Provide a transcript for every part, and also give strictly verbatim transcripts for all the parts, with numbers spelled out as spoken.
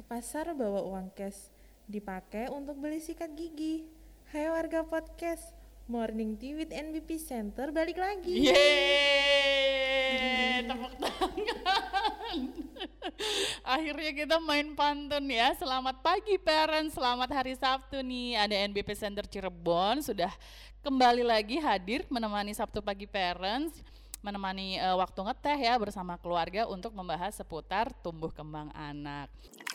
Pasar bawa uang cash, dipakai untuk beli sikat gigi. Hai warga podcast, Morning Tea with N B P Center balik lagi. Yeay, tepuk tangan. Akhirnya kita main pantun ya. Selamat pagi parents, selamat hari Sabtu nih. Ada N B P Center Cirebon sudah kembali lagi hadir menemani Sabtu pagi parents, menemani uh, waktu ngeteh ya bersama keluarga untuk membahas seputar tumbuh kembang anak.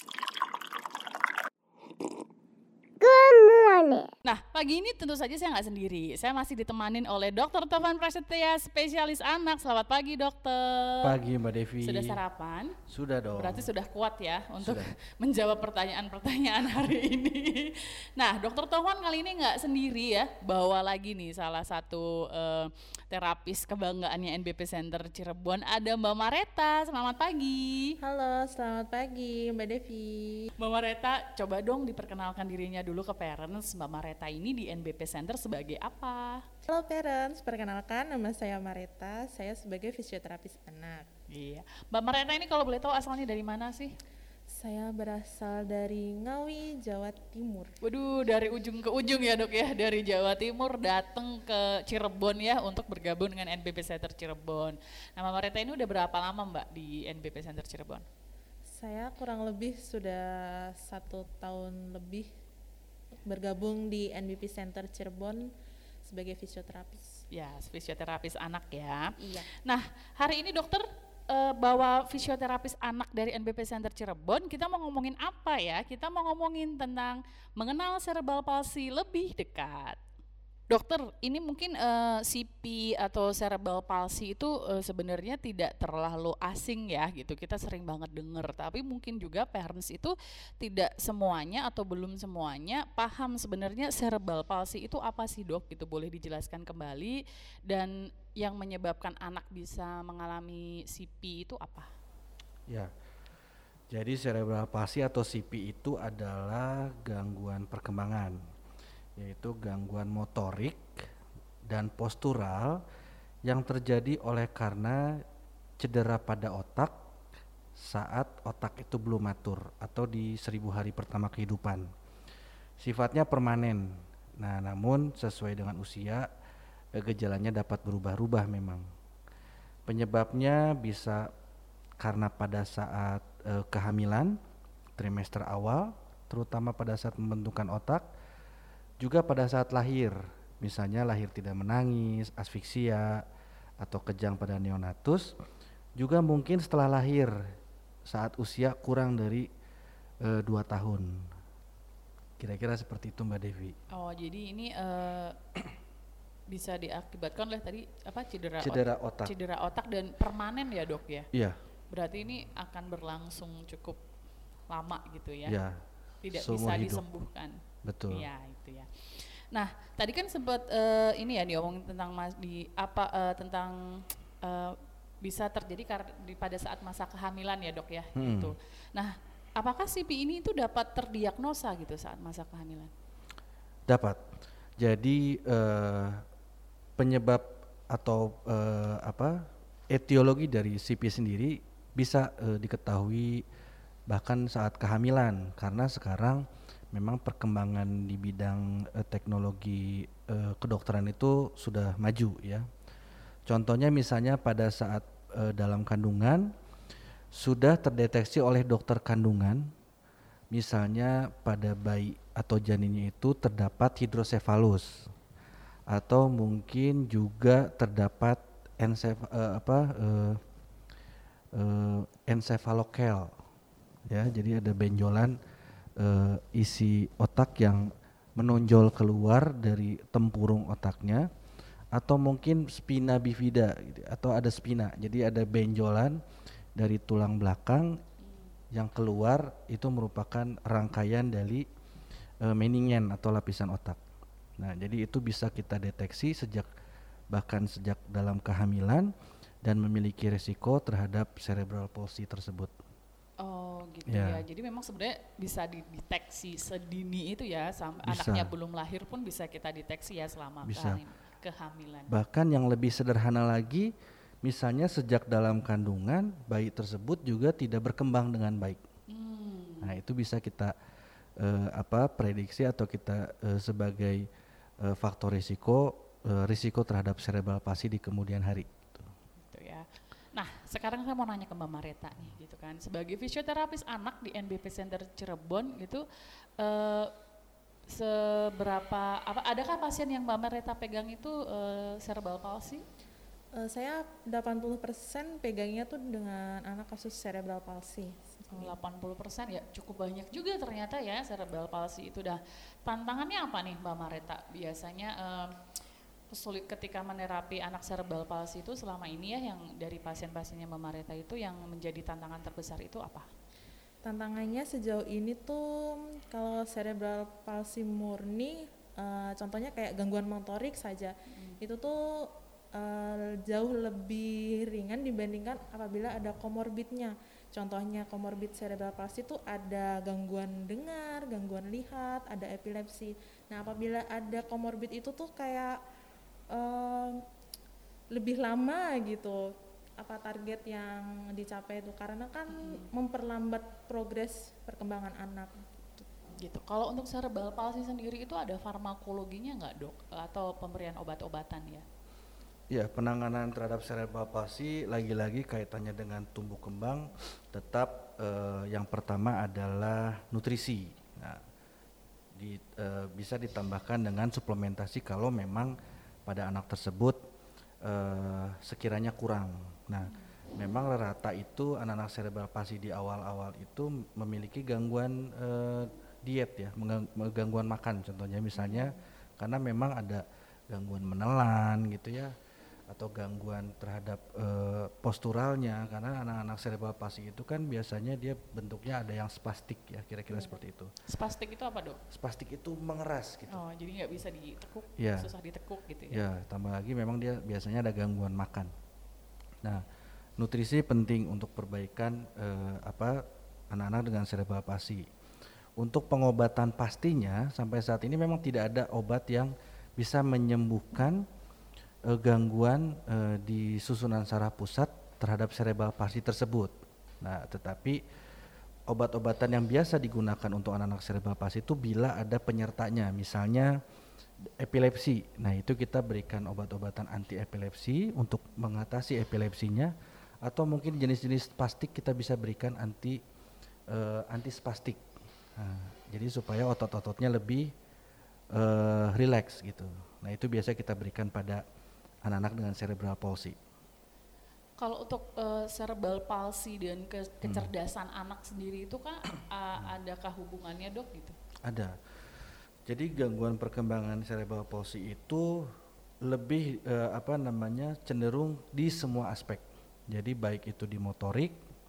Nah, pagi ini tentu saja saya nggak sendiri. Saya masih ditemanin oleh dokter Tovan Prasetya, spesialis anak. Selamat pagi, dokter. Pagi, Mbak Devi. Sudah sarapan? Sudah dong. Berarti sudah kuat ya untuk Sudah. menjawab pertanyaan-pertanyaan hari ini. Nah, dokter Tovan kali ini nggak sendiri ya, bawa lagi nih salah satu uh, terapis kebanggaannya N B P Center Cirebon. Ada Mbak Mareta. Selamat pagi. Halo, selamat pagi Mbak Devi. Mbak Mareta, coba dong diperkenalkan dirinya dulu ke parents. Mbak Mareta ini di N B P Center sebagai apa? Halo parents, perkenalkan nama saya Mareta, saya sebagai fisioterapis anak. Iya. Mbak Mareta ini kalau boleh tahu asalnya dari mana sih? Saya berasal dari Ngawi, Jawa Timur. Waduh, dari ujung ke ujung ya dok ya, dari Jawa Timur datang ke Cirebon ya untuk bergabung dengan N B P Center Cirebon. Nah, Mbak Mareta ini udah berapa lama Mbak di N B P Center Cirebon? Saya kurang lebih sudah satu tahun lebih bergabung di N B P Center Cirebon sebagai fisioterapis. Ya, fisioterapis anak ya. Iya. Nah, hari ini dokter uh, bawa fisioterapis anak dari N B P Center Cirebon. Kita mau ngomongin apa ya? Kita mau ngomongin tentang mengenal cerebral palsy lebih dekat. Dokter, ini mungkin uh, C P atau cerebral palsy itu uh, sebenarnya tidak terlalu asing ya gitu. Kita sering banget dengar, tapi mungkin juga parents itu tidak semuanya atau belum semuanya paham sebenarnya cerebral palsy itu apa sih dok gitu. Boleh dijelaskan kembali, dan yang menyebabkan anak bisa mengalami C P itu apa? Ya, jadi cerebral palsy atau C P itu adalah gangguan perkembangan, yaitu gangguan motorik dan postural yang terjadi oleh karena cedera pada otak saat otak itu belum matur atau di seribu hari pertama kehidupan. Sifatnya permanen. Nah, namun sesuai dengan usia gejalanya dapat berubah-ubah memang. Penyebabnya bisa karena pada saat eh, kehamilan, trimester awal, terutama pada saat pembentukan otak, juga pada saat lahir, misalnya lahir tidak menangis, asfiksia, atau kejang pada neonatus. Juga mungkin setelah lahir saat usia kurang dari e, dua tahun. Kira-kira seperti itu Mbak Devi. Oh, jadi ini uh, bisa diakibatkan oleh tadi apa cedera, Cedera ot- otak. cedera otak dan permanen ya dok ya? Iya. Berarti ini akan berlangsung cukup lama gitu ya? Iya. Tidak Seumur bisa hidup. disembuhkan. Betul. Iya itu ya. Nah tadi kan sempat uh, ini ya diomongin tentang mas di apa uh, tentang uh, bisa terjadi kar- di pada saat masa kehamilan ya dok ya Hmm. gitu. Nah apakah C P ini itu dapat terdiagnosa gitu saat masa kehamilan? Dapat. Jadi eh, penyebab atau eh, apa etiologi dari C P sendiri bisa eh, diketahui bahkan saat kehamilan, karena sekarang memang perkembangan di bidang eh, teknologi eh, kedokteran itu sudah maju ya. Contohnya misalnya pada saat eh, dalam kandungan sudah terdeteksi oleh dokter kandungan, misalnya pada bayi atau janinnya itu terdapat hidrosefalus, atau mungkin juga terdapat ensef, eh, apa, eh, eh, encephalokel, ya, jadi ada benjolan eh, isi otak yang menonjol keluar dari tempurung otaknya, atau mungkin spina bifida, gitu, atau ada spina, jadi ada benjolan dari tulang belakang yang keluar, itu merupakan rangkaian dari e, meningen atau lapisan otak. Nah, jadi itu bisa kita deteksi sejak bahkan sejak dalam kehamilan dan memiliki resiko terhadap cerebral palsy tersebut. Oh gitu Ya. ya. Jadi memang sebenarnya bisa dideteksi sedini itu ya, sampai Bisa. anaknya belum lahir pun bisa kita deteksi ya selama Bisa. keham- kehamilan. Bahkan yang lebih sederhana lagi, misalnya sejak dalam kandungan bayi tersebut juga tidak berkembang dengan baik. Hmm. Nah itu bisa kita uh, apa prediksi atau kita uh, sebagai uh, faktor risiko uh, risiko terhadap cerebral palsy di kemudian hari. Gitu ya. Nah sekarang saya mau nanya ke Mbak Mareta nih gitu kan, sebagai fisioterapis anak di N B P Center Cirebon gitu, uh, seberapa apa adakah pasien yang Mbak Mareta pegang itu uh, cerebral palsy? Uh, saya delapan puluh persen pegangnya tuh dengan anak kasus cerebral palsy. delapan puluh persen ya cukup banyak juga ternyata ya cerebral palsy itu. Dah tantangannya apa nih Mbak Mareta biasanya uh, sulit ketika menerapi anak cerebral palsy itu selama ini ya, yang dari pasien-pasiennya Mbak Mareta itu yang menjadi tantangan terbesar itu apa? Tantangannya sejauh ini tuh kalau cerebral palsy murni uh, contohnya kayak gangguan motorik saja hmm. itu tuh Uh, jauh lebih ringan dibandingkan apabila ada komorbidnya. Contohnya komorbid cerebral palsy itu ada gangguan dengar, gangguan lihat, ada epilepsi. Nah apabila ada komorbid itu tuh kayak uh, lebih lama gitu apa target yang dicapai itu, karena kan hmm. memperlambat progres perkembangan anak. Gitu. Kalau untuk cerebral palsy sendiri itu ada farmakologinya nggak dok? Atau pemberian obat-obatan ya? Ya, penanganan terhadap cerebral palsy lagi-lagi kaitannya dengan tumbuh kembang, tetap eh, yang pertama adalah nutrisi. Nah, di, eh, bisa ditambahkan dengan suplementasi kalau memang pada anak tersebut eh, sekiranya kurang. Nah, memang rata itu anak-anak cerebral palsy di awal-awal itu memiliki gangguan eh, diet ya, gangguan makan contohnya misalnya, karena memang ada gangguan menelan gitu ya, atau gangguan terhadap uh, posturalnya, karena anak-anak cerebral palsy itu kan biasanya dia bentuknya ada yang spastik ya, kira-kira hmm. seperti itu. Spastik itu apa dok? Spastik itu mengeras gitu. Oh jadi nggak bisa ditekuk, ya. susah ditekuk gitu ya? Ya, tambah lagi memang dia biasanya ada gangguan makan. Nah, nutrisi penting untuk perbaikan uh, apa anak-anak dengan cerebral palsy. Untuk pengobatan pastinya sampai saat ini memang tidak ada obat yang bisa menyembuhkan Uh, gangguan uh, di susunan saraf pusat terhadap cerebral palsy tersebut. Nah, tetapi obat-obatan yang biasa digunakan untuk anak-anak cerebral palsy itu bila ada penyertanya, misalnya epilepsi. Nah, itu kita berikan obat-obatan anti epilepsi untuk mengatasi epilepsinya, atau mungkin jenis-jenis spastik kita bisa berikan anti uh, anti spastik. Nah, jadi supaya otot-ototnya lebih uh, rileks gitu. Nah, itu biasa kita berikan pada anak-anak dengan cerebral palsy. Kalau untuk uh, cerebral palsy dan ke kecerdasan hmm. anak sendiri itu kan uh, adakah hubungannya dok gitu? Ada. Jadi gangguan perkembangan cerebral palsy itu lebih uh, apa namanya cenderung di semua aspek. Jadi baik itu di motorik,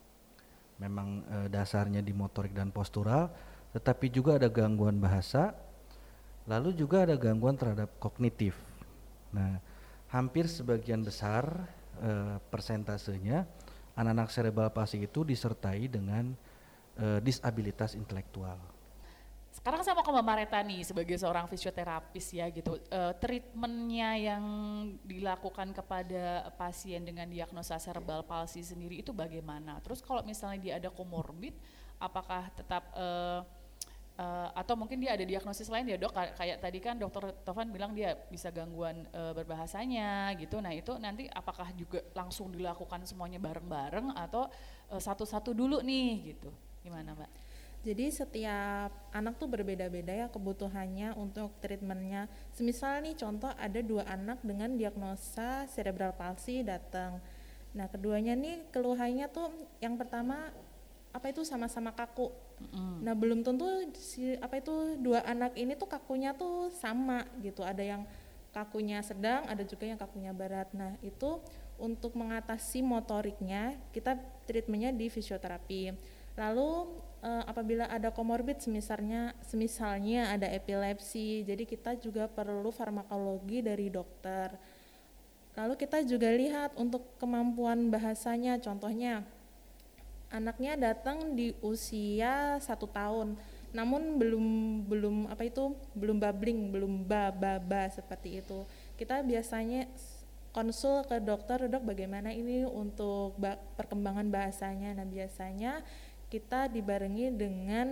memang uh, dasarnya di motorik dan postural, tetapi juga ada gangguan bahasa, lalu juga ada gangguan terhadap kognitif. Nah, hampir sebagian besar uh, persentasenya anak-anak cerebral palsy itu disertai dengan uh, disabilitas intelektual. Sekarang saya mau ke Mbak Mareta nih sebagai seorang fisioterapis ya gitu, uh, treatmentnya yang dilakukan kepada pasien dengan diagnosa cerebral palsy sendiri itu bagaimana? Terus kalau misalnya dia ada komorbid, apakah tetap uh, Uh, atau mungkin dia ada diagnosis lain ya dok, Kay- kayak tadi kan dokter Tovan bilang dia bisa gangguan uh, berbahasanya gitu. Nah itu nanti apakah juga langsung dilakukan semuanya bareng-bareng atau uh, satu-satu dulu nih gitu, gimana Mbak? Jadi setiap anak tuh berbeda-beda ya kebutuhannya untuk treatmentnya. Semisal nih contoh ada dua anak dengan diagnosa cerebral palsy datang. Nah keduanya nih keluhannya tuh yang pertama apa itu sama-sama kaku. Mm. Nah belum tentu si apa itu dua anak ini tuh kakunya tuh sama gitu. Ada yang kakunya sedang, ada juga yang kakunya berat. Nah itu untuk mengatasi motoriknya kita treatmentnya di fisioterapi. Lalu eh, apabila ada komorbid semisalnya, semisalnya ada epilepsi, jadi kita juga perlu farmakologi dari dokter. Lalu kita juga lihat untuk kemampuan bahasanya, contohnya anaknya datang di usia satu tahun, namun belum belum apa itu belum babbling, belum ba ba ba seperti itu. Kita biasanya konsul ke dokter, dok bagaimana ini untuk ba- perkembangan bahasanya. Nah biasanya kita dibarengi dengan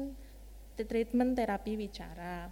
treatment terapi wicara.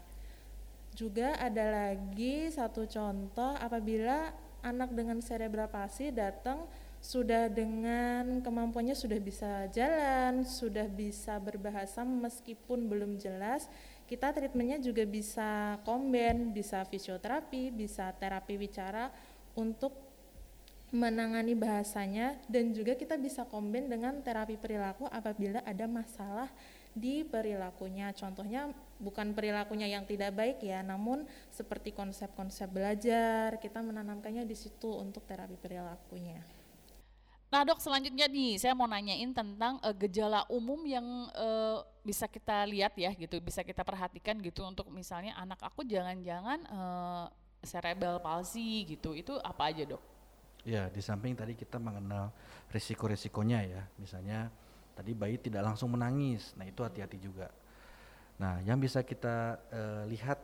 Juga ada lagi satu contoh apabila anak dengan cerebral palsy datang sudah dengan kemampuannya sudah bisa jalan, sudah bisa berbahasa meskipun belum jelas, kita treatmentnya juga bisa combine, bisa fisioterapi, bisa terapi wicara untuk menangani bahasanya, dan juga kita bisa combine dengan terapi perilaku apabila ada masalah di perilakunya. Contohnya bukan perilakunya yang tidak baik ya, namun seperti konsep-konsep belajar, kita menanamkannya di situ untuk terapi perilakunya. Nah dok, selanjutnya nih saya mau nanyain tentang uh, gejala umum yang uh, bisa kita lihat ya gitu, bisa kita perhatikan gitu untuk misalnya anak aku jangan-jangan uh, cerebral palsy gitu, itu apa aja dok? Ya, di samping tadi kita mengenal risiko-risikonya ya, misalnya tadi bayi tidak langsung menangis, nah itu hati-hati juga. Nah yang bisa kita uh, lihat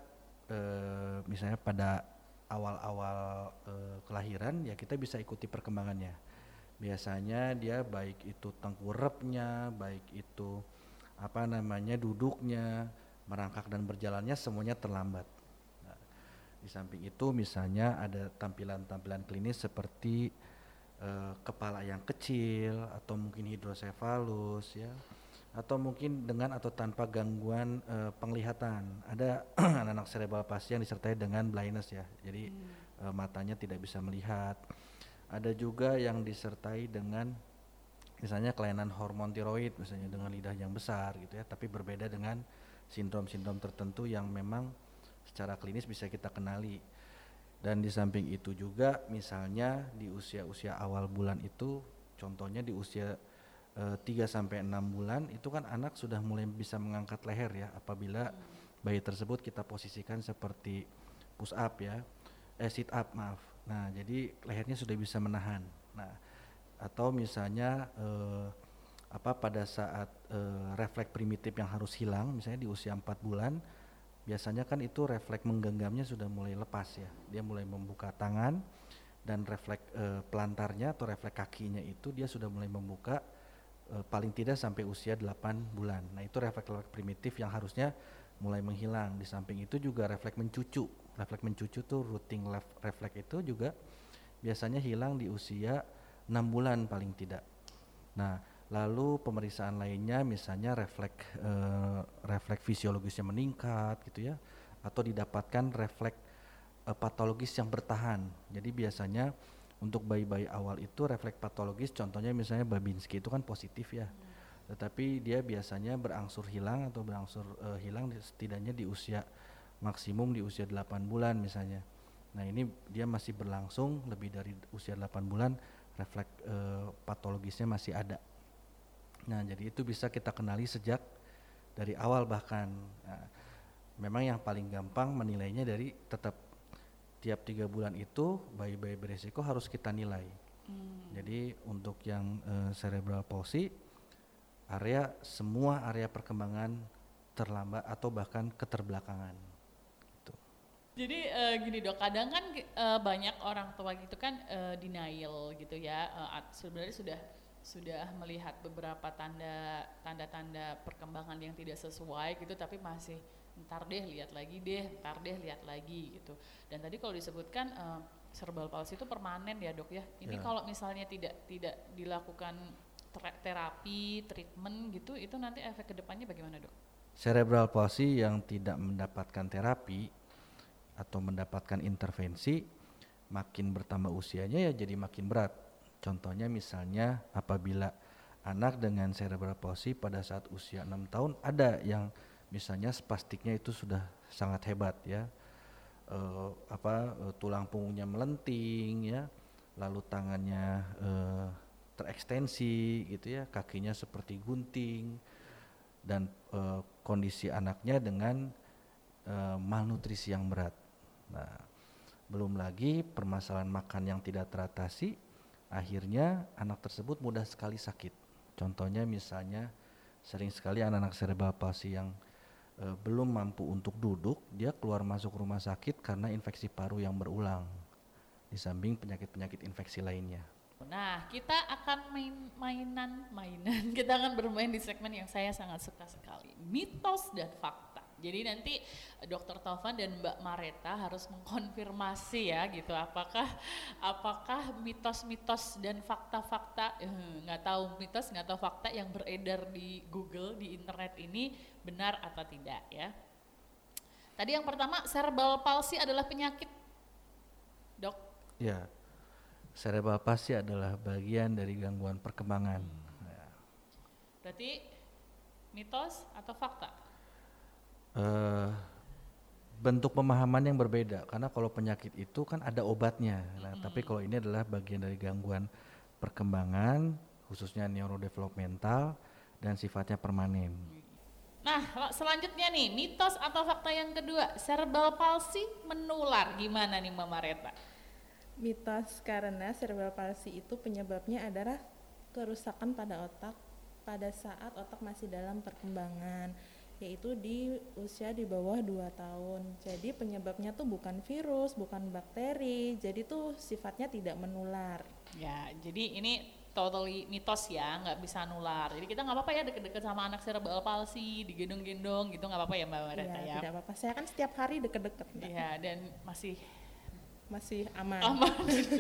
uh, misalnya pada awal-awal uh, kelahiran ya kita bisa ikuti perkembangannya. Biasanya dia baik itu tengkurapnya, baik itu apa namanya duduknya, merangkak dan berjalannya semuanya terlambat. Nah, di samping itu misalnya ada tampilan-tampilan klinis seperti eh, kepala yang kecil atau mungkin hidrosefalus ya, atau mungkin dengan atau tanpa gangguan eh, penglihatan. Ada anak-anak cerebral palsy yang disertai dengan blindness ya, jadi hmm. eh, matanya tidak bisa melihat. Ada juga yang disertai dengan misalnya kelainan hormon tiroid, misalnya dengan lidah yang besar gitu ya, tapi berbeda dengan sindrom-sindrom tertentu yang memang secara klinis bisa kita kenali. Dan di samping itu juga misalnya di usia-usia awal bulan itu, contohnya di usia e, tiga sampai enam bulan itu kan anak sudah mulai bisa mengangkat leher ya, apabila bayi tersebut kita posisikan seperti push up ya, eh sit up maaf. Nah, jadi lehernya sudah bisa menahan. Nah, atau misalnya eh, apa pada saat eh, refleks primitif yang harus hilang, misalnya di usia empat bulan, biasanya kan itu refleks menggenggamnya sudah mulai lepas ya. Dia mulai membuka tangan dan refleks eh, pelantarnya atau refleks kakinya itu dia sudah mulai membuka eh, paling tidak sampai usia delapan bulan. Nah, itu refleks primitif yang harusnya mulai menghilang. Di samping itu juga refleks mencucu. Refleks mencucu tuh routine refleks itu juga biasanya hilang di usia enam bulan paling tidak. Nah, lalu pemeriksaan lainnya misalnya refleks eh, refleks fisiologisnya meningkat gitu ya, atau didapatkan refleks eh, patologis yang bertahan. Jadi biasanya untuk bayi-bayi awal itu refleks patologis, contohnya misalnya Babinski itu kan positif ya. Hmm. Tetapi dia biasanya berangsur hilang atau berangsur uh, hilang setidaknya di usia maksimum di usia delapan bulan misalnya. Nah ini dia masih berlangsung lebih dari usia delapan bulan, refleks uh, patologisnya masih ada. Nah jadi itu bisa kita kenali sejak dari awal bahkan. Nah, memang yang paling gampang menilainya dari tetap tiap tiga bulan itu bayi-bayi beresiko harus kita nilai. Hmm. Jadi untuk yang uh, cerebral palsy, area semua area perkembangan terlambat atau bahkan keterbelakangan. Gitu. Jadi uh, gini dok, kadang kan uh, banyak orang tua gitu kan uh, denial gitu ya, uh, sebenarnya sudah sudah melihat beberapa tanda tanda-tanda perkembangan yang tidak sesuai gitu, tapi masih ntar deh lihat lagi deh, ntar deh lihat lagi gitu. Dan tadi kalau disebutkan uh, cerebral palsy itu permanen ya dok ya. Ini ya. Kalau misalnya tidak tidak dilakukan terapi, treatment gitu, itu nanti efek kedepannya bagaimana dok? Cerebral palsy yang tidak mendapatkan terapi atau mendapatkan intervensi, makin bertambah usianya ya jadi makin berat. Contohnya misalnya apabila anak dengan cerebral palsy pada saat usia enam tahun, ada yang misalnya spastiknya itu sudah sangat hebat ya, e, apa e, tulang punggungnya melenting ya, lalu tangannya e, terekstensi gitu ya, kakinya seperti gunting, dan e, kondisi anaknya dengan e, malnutrisi yang berat. Nah, belum lagi permasalahan makan yang tidak teratasi, akhirnya anak tersebut mudah sekali sakit. Contohnya misalnya sering sekali anak-anak cerebral palsy yang e, belum mampu untuk duduk, dia keluar masuk rumah sakit karena infeksi paru yang berulang, di samping penyakit-penyakit infeksi lainnya. Nah, kita akan main mainan mainan. Kita akan bermain di segmen yang saya sangat suka sekali, mitos dan fakta. Jadi nanti Dokter Taufan dan Mbak Mareta harus mengkonfirmasi ya gitu, apakah apakah mitos-mitos dan fakta-fakta, eh, nggak tahu mitos nggak tahu fakta yang beredar di Google di internet ini benar atau tidak ya. Tadi yang pertama, cerebral palsy adalah penyakit, Dok. Ya, cerebral palsy adalah bagian dari gangguan perkembangan. Ya. Berarti mitos atau fakta? Uh, bentuk pemahaman yang berbeda, karena kalau penyakit itu kan ada obatnya. Nah, hmm. tapi kalau ini adalah bagian dari gangguan perkembangan, khususnya neurodevelopmental dan sifatnya permanen. Nah, selanjutnya nih, mitos atau fakta yang kedua, cerebral palsy menular. Gimana nih Mbak Mareta? Mitos, karena cerebral palsy itu penyebabnya adalah kerusakan pada otak pada saat otak masih dalam perkembangan, yaitu di usia di bawah dua tahun. Jadi penyebabnya tuh bukan virus, bukan bakteri, jadi tuh sifatnya tidak menular. Ya, jadi ini totally mitos ya, nggak bisa nular. Jadi kita nggak apa-apa ya deket-deket sama anak cerebral palsy, digendong-gendong gitu, nggak apa-apa ya Mbak Mareta ya? Iya, tidak apa-apa. Saya kan setiap hari deket-deket. Iya, dan masih masih aman. Aman.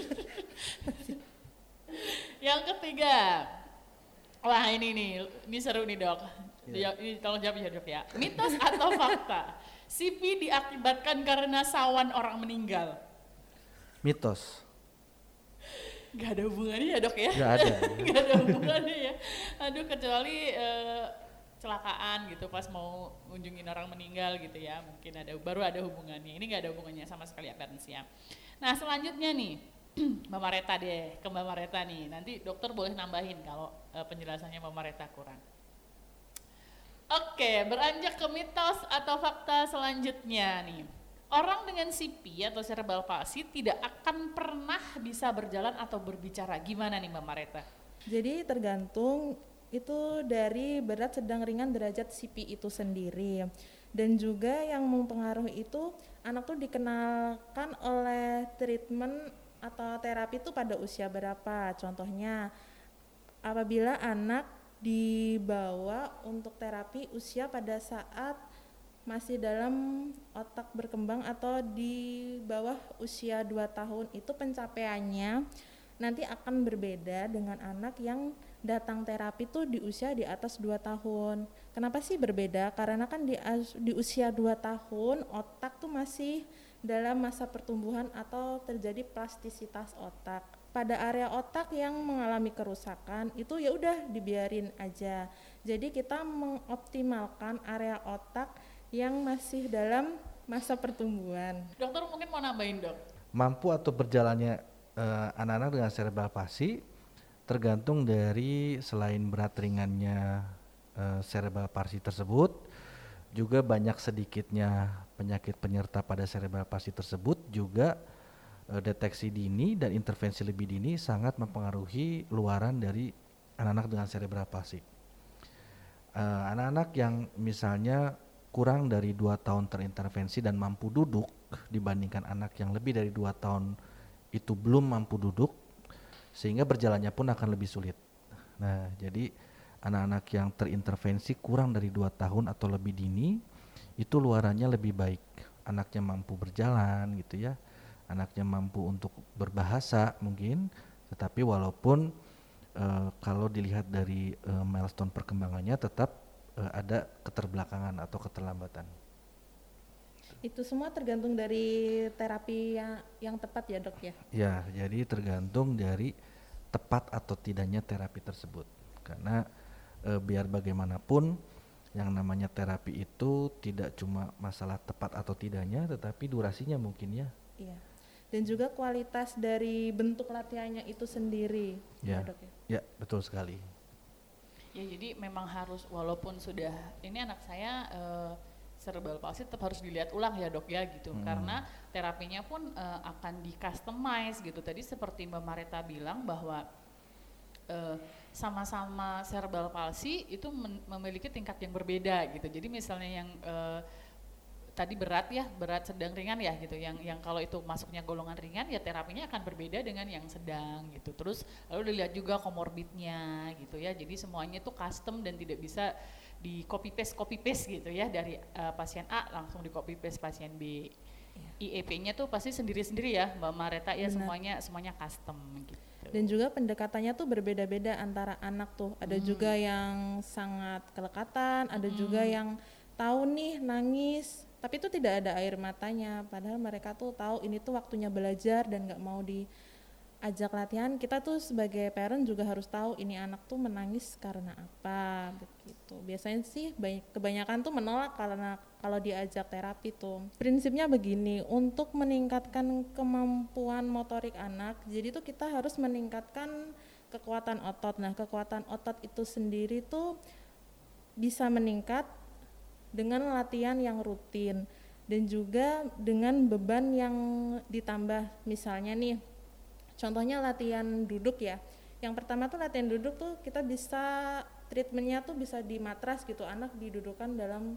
Yang ketiga, wah ini nih, ini seru nih Dok. Ya. Ini tolong jawab ya Dok ya. Mitos atau fakta? C P diakibatkan karena sawan orang meninggal. Mitos. Gak ada hubungannya ya Dok ya? Gak ada. Gak ada hubungannya ya. Aduh, kecuali uh, kecelakaan gitu pas mau ngunjungin orang meninggal gitu ya. Mungkin ada, baru ada hubungannya. Ini gak ada hubungannya sama sekali appearance ya. Nah selanjutnya nih, Mbak Mareta deh, ke Mbak Mareta nih. Nanti dokter boleh nambahin kalau uh, penjelasannya Mbak Mareta kurang. Oke, beranjak ke mitos atau fakta selanjutnya nih. Orang dengan C P atau cerebral palsy tidak akan pernah bisa berjalan atau berbicara. Gimana nih Mbak Mareta? Jadi tergantung itu dari berat, sedang, ringan derajat C P itu sendiri. Dan juga yang mempengaruhi itu anak tuh dikenalkan oleh treatment atau terapi itu pada usia berapa. Contohnya apabila anak dibawa untuk terapi usia pada saat masih dalam otak berkembang atau di bawah usia dua tahun, itu pencapaiannya nanti akan berbeda dengan anak yang datang terapi tuh di usia di atas dua tahun. Kenapa sih berbeda? Karena kan di, di usia dua tahun otak tuh masih dalam masa pertumbuhan atau terjadi plastisitas otak. Pada area otak yang mengalami kerusakan itu ya udah dibiarin aja. Jadi kita mengoptimalkan area otak yang masih dalam masa pertumbuhan. Dokter mungkin mau nambahin Dok? Mampu atau berjalannya uh, anak-anak dengan cerebral palsy tergantung dari selain berat ringannya uh, cerebral palsy tersebut, juga banyak sedikitnya penyakit penyerta pada cerebral palsy tersebut, juga deteksi dini dan intervensi lebih dini sangat mempengaruhi luaran dari anak-anak dengan cerebral palsy. Uh, anak-anak yang misalnya kurang dari dua tahun terintervensi dan mampu duduk dibandingkan anak yang lebih dari dua tahun itu belum mampu duduk, sehingga berjalannya pun akan lebih sulit. Nah, jadi anak-anak yang terintervensi kurang dari dua tahun atau lebih dini itu luarannya lebih baik. Anaknya mampu berjalan gitu ya. Anaknya mampu untuk berbahasa mungkin, tetapi walaupun uh, kalau dilihat dari uh, milestone perkembangannya tetap uh, ada keterbelakangan atau keterlambatan. Itu semua tergantung dari terapi yang, yang tepat ya Dok ya? Ya, jadi tergantung dari tepat atau tidaknya terapi tersebut. Karena uh, biar bagaimanapun yang namanya terapi itu tidak cuma masalah tepat atau tidaknya, tetapi durasinya mungkin ya. Iya. Dan juga kualitas dari bentuk latihannya itu sendiri. Ya, ya, ya betul sekali. Ya jadi memang harus, walaupun sudah ini anak saya uh, cerebral palsy tetap harus dilihat ulang ya Dok ya gitu, hmm. karena terapinya pun uh, akan di customize gitu. Tadi seperti Mbak Mareta bilang bahwa uh, sama-sama cerebral palsy itu men- memiliki tingkat yang berbeda gitu. Jadi misalnya yang uh, tadi berat ya, berat sedang ringan ya gitu. Yang yang kalau itu masuknya golongan ringan ya terapinya akan berbeda dengan yang sedang gitu. Terus lalu dilihat juga komorbidnya gitu ya. Jadi semuanya itu custom dan tidak bisa di copy paste copy paste gitu ya dari uh, pasien A langsung di copy paste pasien B. I E P-nya tuh pasti sendiri-sendiri ya Mbak Mareta ya. Benar. semuanya semuanya custom gitu. Dan juga pendekatannya tuh berbeda-beda antara anak tuh. Ada hmm. juga yang sangat kelekatan, ada hmm. juga yang tahu nih nangis, tapi itu tidak ada air matanya. Padahal mereka tuh tahu ini tuh waktunya belajar dan nggak mau diajak latihan. Kita tuh sebagai parent juga harus tahu ini anak tuh menangis karena apa, begitu. Biasanya sih banyak, kebanyakan tuh menolak karena kalau diajak terapi tuh. Prinsipnya begini, untuk meningkatkan kemampuan motorik anak, jadi tuh kita harus meningkatkan kekuatan otot. Nah, kekuatan otot itu sendiri tuh bisa meningkat dengan latihan yang rutin dan juga dengan beban yang ditambah. Misalnya nih, contohnya latihan duduk ya. Yang pertama tuh latihan duduk tuh kita bisa treatmentnya tuh bisa di matras gitu, anak didudukan dalam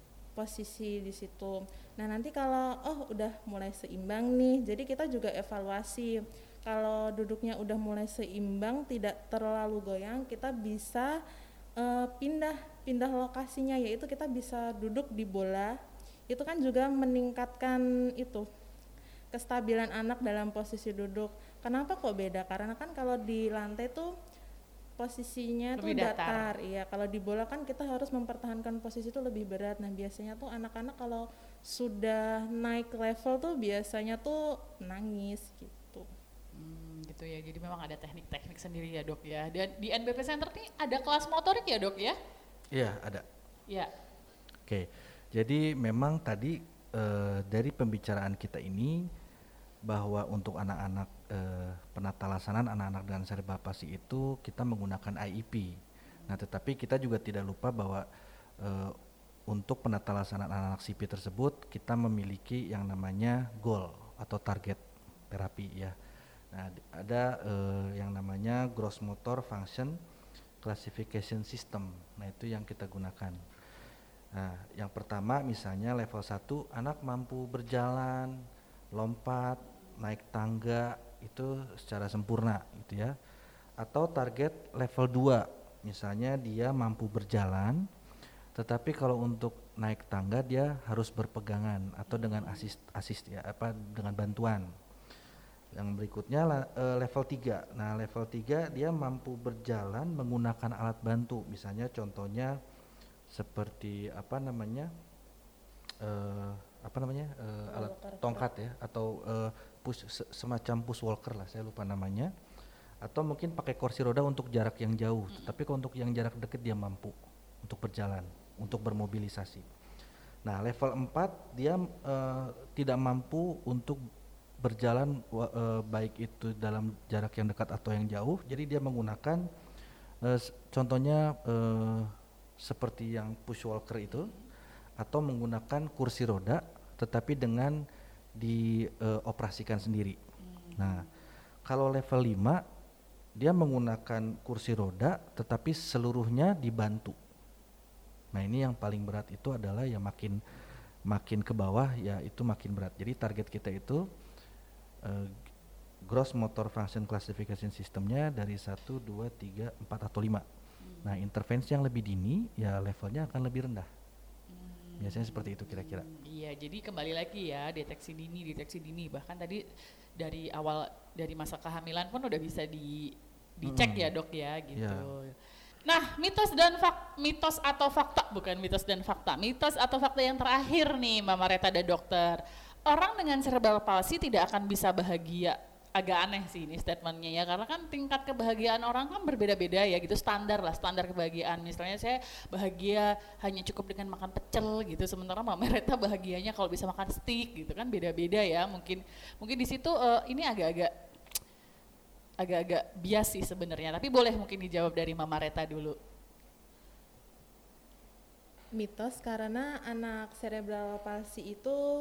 posisi di situ. Nah nanti kalau oh udah mulai seimbang nih, jadi kita juga evaluasi. Kalau duduknya udah mulai seimbang, tidak terlalu goyang, kita bisa uh, pindah pindah lokasinya, yaitu kita bisa duduk di bola. Itu kan juga meningkatkan itu kestabilan anak dalam posisi duduk. Kenapa kok beda? Karena kan kalau di lantai tuh posisinya tuh datar. datar, iya. Kalau di bola kan kita harus mempertahankan posisi itu lebih berat. Nah biasanya tuh anak-anak kalau sudah naik level tuh biasanya tuh nangis gitu. Hmm, gitu ya. Jadi memang ada teknik-teknik sendiri ya dok ya. Dan di N B P Center nih ada kelas motorik ya dok ya? Iya ada. Iya. Oke, jadi memang tadi uh, dari pembicaraan kita ini bahwa untuk anak-anak uh, penata laksanaan anak-anak dengan cerebral palsy itu kita menggunakan I E P. Nah, tetapi kita juga tidak lupa bahwa uh, untuk penata laksanaan anak-anak C P tersebut kita memiliki yang namanya goal atau target terapi ya. Nah, ada uh, yang namanya gross motor function classification system. Nah, itu yang kita gunakan. Nah, yang pertama misalnya level satu anak mampu berjalan, lompat, naik tangga itu secara sempurna gitu ya. Atau target level dua misalnya dia mampu berjalan tetapi kalau untuk naik tangga dia harus berpegangan atau dengan asist asist ya apa dengan bantuan. Yang berikutnya level tiga. Nah, level tiga dia mampu berjalan menggunakan alat bantu. Misalnya contohnya seperti apa namanya? Uh, apa namanya? Uh, alat tongkat ya atau uh, push semacam push walker lah, saya lupa namanya. Atau mungkin pakai kursi roda untuk jarak yang jauh. Mm-hmm. Tapi kalau untuk yang jarak dekat dia mampu untuk berjalan, untuk bermobilisasi. Nah, level empat dia uh, tidak mampu untuk berjalan uh, baik itu dalam jarak yang dekat atau yang jauh, jadi dia menggunakan uh, contohnya uh, seperti yang push walker itu atau menggunakan kursi roda tetapi dengan dioperasikan uh, sendiri. Hmm. Nah, kalau level lima dia menggunakan kursi roda tetapi seluruhnya dibantu. Nah, ini yang paling berat itu adalah yang makin makin ke bawah ya itu makin berat. Jadi target kita itu Uh, gross motor function classification systemnya dari satu, dua, tiga, empat atau lima. Hmm. Nah, intervensi yang lebih dini ya levelnya akan lebih rendah. Hmm. Biasanya seperti itu kira-kira. Hmm, iya, jadi kembali lagi ya deteksi dini, deteksi dini. Bahkan tadi dari awal dari masa kehamilan pun udah bisa di dicek hmm. ya dok ya gitu. Yeah. Nah, mitos dan fak, mitos atau fakta, bukan mitos dan fakta, mitos atau fakta yang terakhir nih Mbak Mareta dan dokter. Orang dengan cerebral palsy tidak akan bisa bahagia. Agak aneh sih ini statementnya ya, karena kan tingkat kebahagiaan orang kan berbeda-beda ya gitu, standar lah, standar kebahagiaan. Misalnya saya bahagia hanya cukup dengan makan pecel gitu, sementara Mbak Mareta bahagianya kalau bisa makan steak gitu kan, beda-beda ya. Mungkin mungkin di situ uh, ini agak-agak agak-agak bias sih sebenarnya, tapi boleh mungkin dijawab dari Mbak Mareta dulu. Mitos karena anak cerebral palsy itu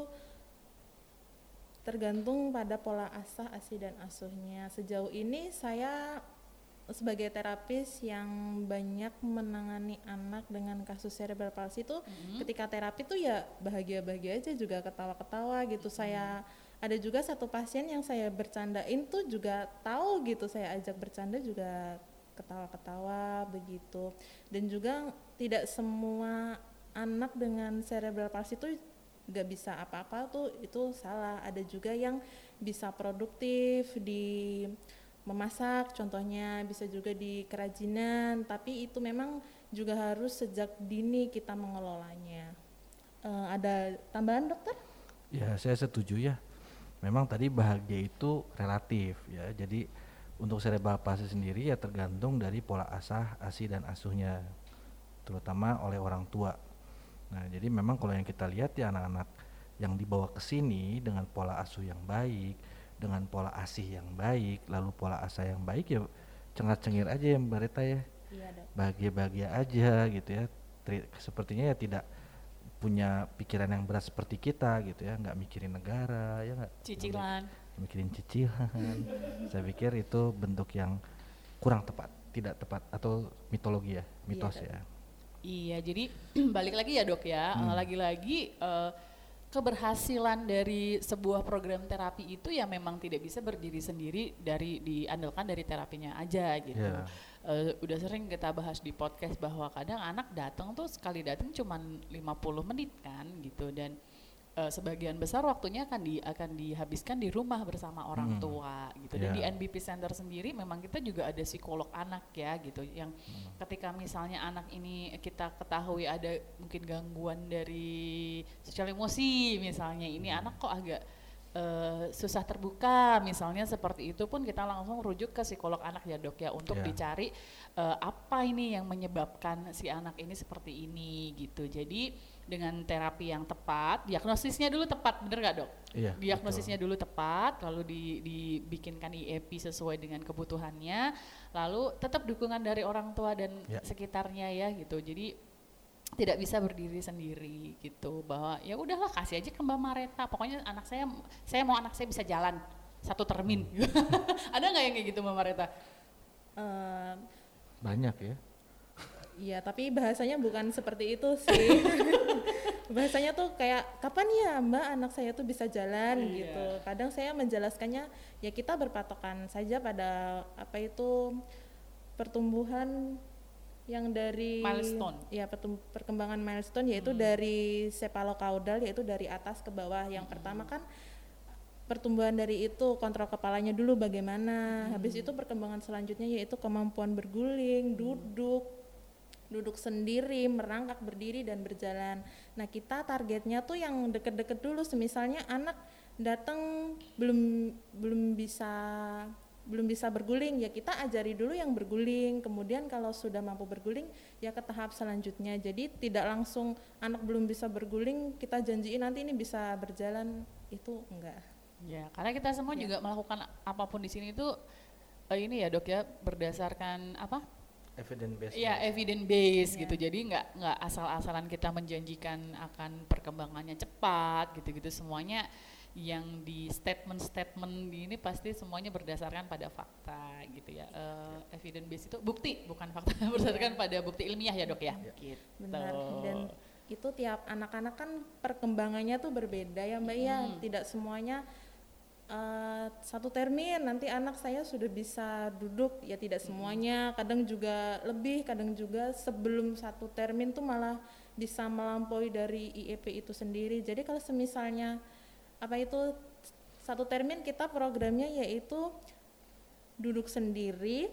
tergantung pada pola asah, asi dan asuhnya. Sejauh ini saya sebagai terapis yang banyak menangani anak dengan kasus cerebral palsy itu, Mm-hmm. ketika terapi tuh ya bahagia-bahagia aja, juga ketawa-ketawa gitu. Mm-hmm. Saya ada juga satu pasien yang saya bercandain tuh juga tahu gitu, saya ajak bercanda juga ketawa-ketawa begitu. Dan juga tidak semua anak dengan cerebral palsy itu gak bisa apa-apa tuh, itu salah. Ada juga yang bisa produktif di memasak contohnya, bisa juga di kerajinan, tapi itu memang juga harus sejak dini kita mengelolanya. Uh, ada tambahan dokter? Ya, saya setuju ya. Memang tadi bahagia itu relatif ya. Jadi untuk cerebral palsy sendiri ya tergantung dari pola asah, asi dan asuhnya, terutama oleh orang tua. Nah, jadi memang kalau yang kita lihat ya anak-anak yang dibawa ke sini dengan pola asuh yang baik, dengan pola asih yang baik, lalu pola asa yang baik ya cengar-cengir aja ya Mbak Rita ya. Iya, bahagia-bahagia aja gitu ya. Tri- sepertinya ya tidak punya pikiran yang berat seperti kita gitu ya, nggak mikirin negara ya, nggak Cicilan. nggak mikirin cicilan. Saya pikir itu bentuk yang kurang tepat, tidak tepat, atau mitologi ya, mitos Iya, ya. Iya, jadi balik lagi ya dok ya, Hmm. uh, lagi-lagi uh, keberhasilan dari sebuah program terapi itu ya memang tidak bisa berdiri sendiri dari diandalkan dari terapinya aja gitu. Yeah. Uh, udah sering kita bahas di podcast bahwa kadang anak datang tuh sekali datang cuma lima puluh menit kan gitu, dan uh, sebagian besar waktunya akan di akan dihabiskan di rumah bersama orang Hmm. tua gitu. Dan Yeah. di N B P Center sendiri memang kita juga ada psikolog anak ya gitu, yang hmm. ketika misalnya anak ini kita ketahui ada mungkin gangguan dari sosial emosi misalnya, ini hmm. anak kok agak Uh, susah terbuka misalnya seperti itu, pun kita langsung rujuk ke psikolog anak ya dok ya, untuk yeah. dicari uh, apa ini yang menyebabkan si anak ini seperti ini gitu. Jadi dengan terapi yang tepat, diagnosisnya dulu tepat, bener gak dok? Iya, diagnosisnya betul. dulu tepat, lalu di, dibikinkan I E P sesuai dengan kebutuhannya, lalu tetap dukungan dari orang tua dan yeah. sekitarnya ya gitu. Jadi tidak bisa berdiri sendiri gitu, bahwa ya udahlah kasih aja ke Mbak Mareta, pokoknya anak saya saya mau anak saya bisa jalan satu termin. hmm. Ada nggak yang kayak gitu Mbak Mareta? Uh, banyak ya. Iya, tapi bahasanya bukan seperti itu sih. Bahasanya tuh kayak kapan ya Mbak anak saya tuh bisa jalan iya. gitu. Kadang saya menjelaskannya ya kita berpatokan saja pada apa itu pertumbuhan yang dari milestone, ya perkembangan milestone, yaitu hmm. dari cephalocauda, yaitu dari atas ke bawah. Yang hmm. pertama kan pertumbuhan dari itu kontrol kepalanya dulu bagaimana, hmm. habis itu perkembangan selanjutnya yaitu kemampuan berguling, hmm. duduk, duduk sendiri, merangkak, berdiri dan berjalan. Nah kita targetnya tuh yang deket-deket dulu, semisalnya anak datang belum belum bisa belum bisa berguling, ya kita ajari dulu yang berguling, kemudian kalau sudah mampu berguling ya ke tahap selanjutnya. Jadi tidak langsung anak belum bisa berguling kita janjiin nanti ini bisa berjalan, itu enggak. Ya, karena kita semua ya. juga melakukan apapun di sini itu uh, ini ya dok ya, berdasarkan apa? Evidence based. Iya, evidence based ya. gitu. Jadi nggak nggak asal-asalan kita menjanjikan akan perkembangannya cepat gitu-gitu, semuanya yang di statement-statement ini pasti semuanya berdasarkan pada fakta gitu ya. Uh, evidence based itu bukti bukan fakta, berdasarkan pada bukti ilmiah ya dok ya. ya. Gitu. Benar. Dan itu tiap anak-anak kan perkembangannya tuh berbeda ya Mbak hmm. ya. Tidak semuanya uh, satu termin nanti anak saya sudah bisa duduk, ya tidak semuanya. Kadang juga lebih, kadang juga sebelum satu termin tuh malah bisa melampaui dari I E P itu sendiri. Jadi kalau semisalnya apa itu satu termin kita programnya yaitu duduk sendiri,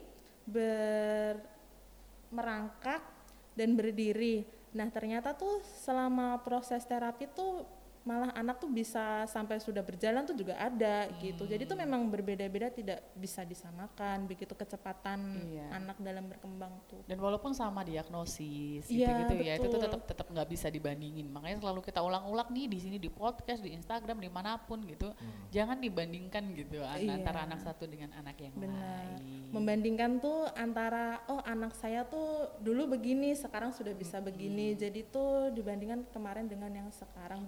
ber, merangkak dan berdiri. Nah ternyata tuh selama proses terapi tuh malah anak tuh bisa sampai sudah berjalan tuh juga ada hmm. gitu. Jadi tuh memang berbeda-beda, tidak bisa disamakan begitu kecepatan iya. anak dalam berkembang tuh. Dan walaupun sama diagnosis iya, gitu-gitu ya, itu tuh tetap tetap nggak bisa dibandingin. Makanya selalu kita ulang-ulang nih di sini, di podcast, di Instagram, dimanapun gitu, hmm. jangan dibandingkan gitu iya. antara anak satu dengan anak yang Benar. lain. Membandingkan tuh antara oh anak saya tuh dulu begini, sekarang sudah bisa hmm. begini. Jadi tuh dibandingkan kemarin dengan yang sekarang, bukan dengan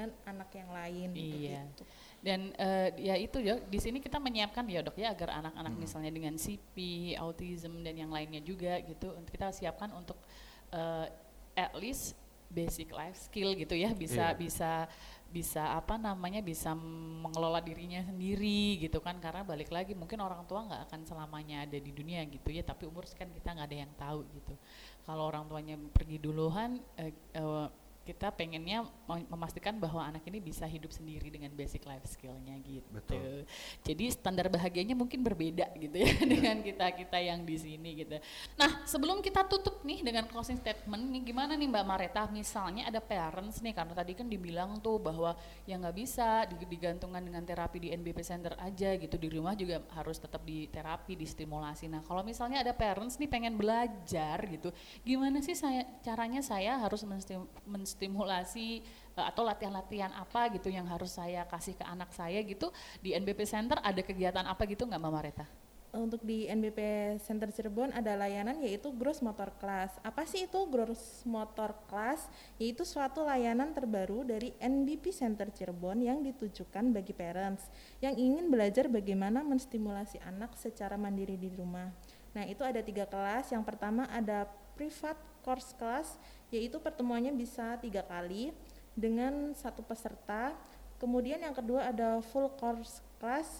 dengan anak yang lain. Iya. Begitu. Dan uh, ya itu ya di sini kita menyiapkan ya dok ya agar anak-anak Hmm. misalnya dengan C P, autism dan yang lainnya juga gitu untuk kita siapkan untuk uh, at least basic life skill gitu ya bisa Iya. bisa bisa apa namanya bisa mengelola dirinya sendiri gitu kan karena balik lagi mungkin orang tua nggak akan selamanya ada di dunia gitu ya tapi umur kan kita nggak ada yang tahu gitu kalau orang tuanya pergi duluan uh, uh, kita pengennya memastikan bahwa anak ini bisa hidup sendiri dengan basic life skill-nya gitu. Betul. Jadi standar bahagianya mungkin berbeda gitu ya dengan kita-kita yang di sini gitu. Nah, sebelum kita tutup nih dengan closing statement nih gimana nih Mbak Mareta misalnya ada parents nih karena tadi kan dibilang tuh bahwa ya nggak bisa digantungkan dengan terapi di N B P Center aja gitu di rumah juga harus tetap di terapi, distimulasi. Nah, kalau misalnya ada parents nih pengen belajar gitu, gimana sih saya caranya saya harus menstim, stimulasi uh, atau latihan-latihan apa gitu yang harus saya kasih ke anak saya gitu di N B P Center ada kegiatan apa gitu nggak Mbak Mareta? Untuk di N B P Center Cirebon ada layanan yaitu Gross Motor Class. Apa sih itu Gross Motor Class? Yaitu suatu layanan terbaru dari N B P Center Cirebon yang ditujukan bagi parents yang ingin belajar bagaimana menstimulasi anak secara mandiri di rumah. Nah itu ada tiga kelas. Yang pertama ada Private Course Class, yaitu pertemuannya bisa tiga kali dengan satu peserta. Kemudian yang kedua ada Full Course Class,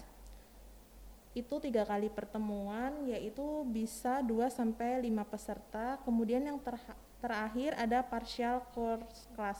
itu tiga kali pertemuan, yaitu bisa dua sampai lima peserta. Kemudian yang ter- terakhir ada Partial Course Class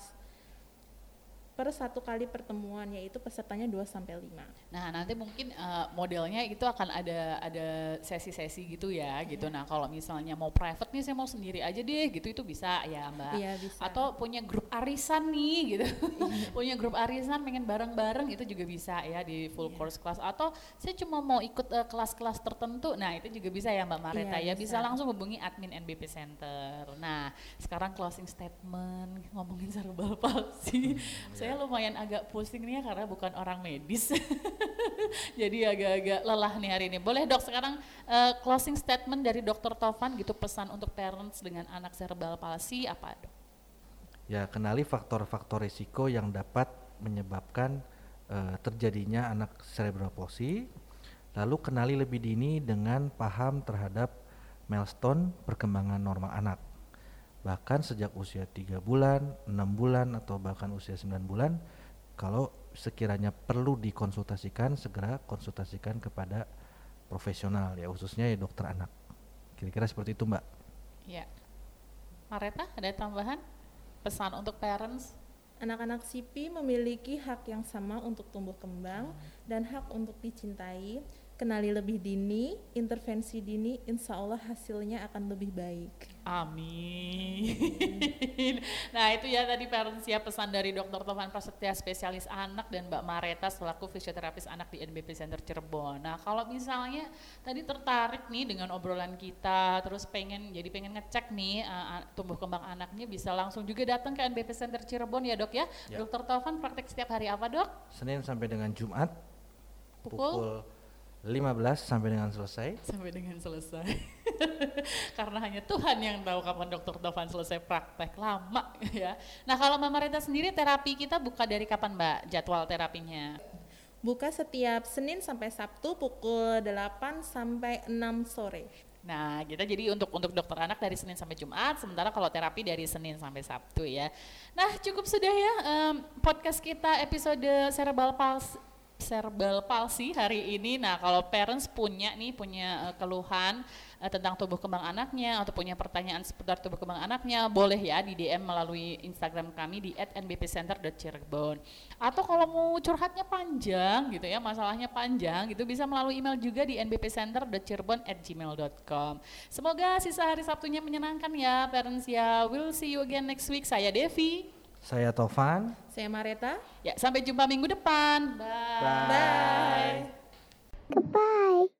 per satu kali pertemuan, yaitu pesertanya dua sampai lima. Nah nanti mungkin uh, modelnya itu akan ada ada sesi-sesi gitu ya gitu. Nah kalau misalnya mau private nih saya mau sendiri aja deh gitu itu bisa ya Mbak. Iya bisa. Atau punya grup arisan nih gitu, punya grup arisan pengen bareng-bareng itu juga bisa ya di full Iya. course class. Atau saya cuma mau ikut uh, kelas-kelas tertentu, nah itu juga bisa ya Mbak Mareta ya Iya, bisa. bisa. langsung hubungi admin N B P Center. Nah sekarang closing statement ngomongin cerebral palsy. Saya lumayan agak pusing nih ya karena bukan orang medis. Jadi agak-agak lelah nih hari ini. Boleh dok sekarang uh, closing statement dari dokter Tovan gitu pesan untuk parents dengan anak cerebral palsy apa dok? Ya, kenali faktor-faktor risiko yang dapat menyebabkan uh, terjadinya anak cerebral palsy. Lalu kenali lebih dini dengan paham terhadap milestone perkembangan normal anak. Bahkan sejak usia tiga bulan, enam bulan, atau bahkan usia sembilan bulan, kalau sekiranya perlu dikonsultasikan, segera konsultasikan kepada profesional ya, khususnya ya dokter anak. Kira-kira seperti itu Mbak. Ya, Mareta ada tambahan pesan untuk parents? Anak-anak C P memiliki hak yang sama untuk tumbuh kembang dan hak untuk dicintai. Kenali lebih dini, intervensi dini, insya Allah hasilnya akan lebih baik. Amin. Nah itu ya tadi parents ya pesan dari dokter Tovan Prasetya spesialis anak dan Mbak Mareta selaku fisioterapis anak di N B P Center Cirebon. Nah kalau misalnya tadi tertarik nih dengan obrolan kita, terus pengen jadi pengen ngecek nih uh, tumbuh kembang anaknya bisa langsung juga datang ke N B P Center Cirebon ya dok ya. Ya. Dokter Tovan praktek setiap hari apa dok? Senin sampai dengan Jumat Pukul? pukul lima belas sampai dengan selesai. Sampai dengan selesai. Karena hanya Tuhan yang tahu kapan dokter Tovan selesai praktek, lama ya. Nah kalau Mbak Mareta sendiri terapi kita buka dari kapan Mbak jadwal terapinya? Buka setiap Senin sampai Sabtu pukul delapan sampai enam sore. Nah, kita jadi untuk untuk dokter anak dari Senin sampai Jumat, sementara kalau terapi dari Senin sampai Sabtu ya. Nah, cukup sudah ya um, podcast kita episode cerebral palsy cerebral palsy hari ini. Nah, kalau parents punya nih punya uh, keluhan uh, tentang tubuh kembang anaknya atau punya pertanyaan seputar tubuh kembang anaknya, boleh ya di D M melalui Instagram kami di at n b p center dot cirebon. Atau kalau mau curhatnya panjang gitu ya, masalahnya panjang gitu bisa melalui email juga di n b p center dot cirebon at gmail dot com. Semoga sisa hari Sabtunya menyenangkan ya parents ya. We'll see you again next week. Saya Devi. Saya Tovan. Saya Mareta. Ya, sampai jumpa minggu depan. Bye. Bye. Bye. Goodbye.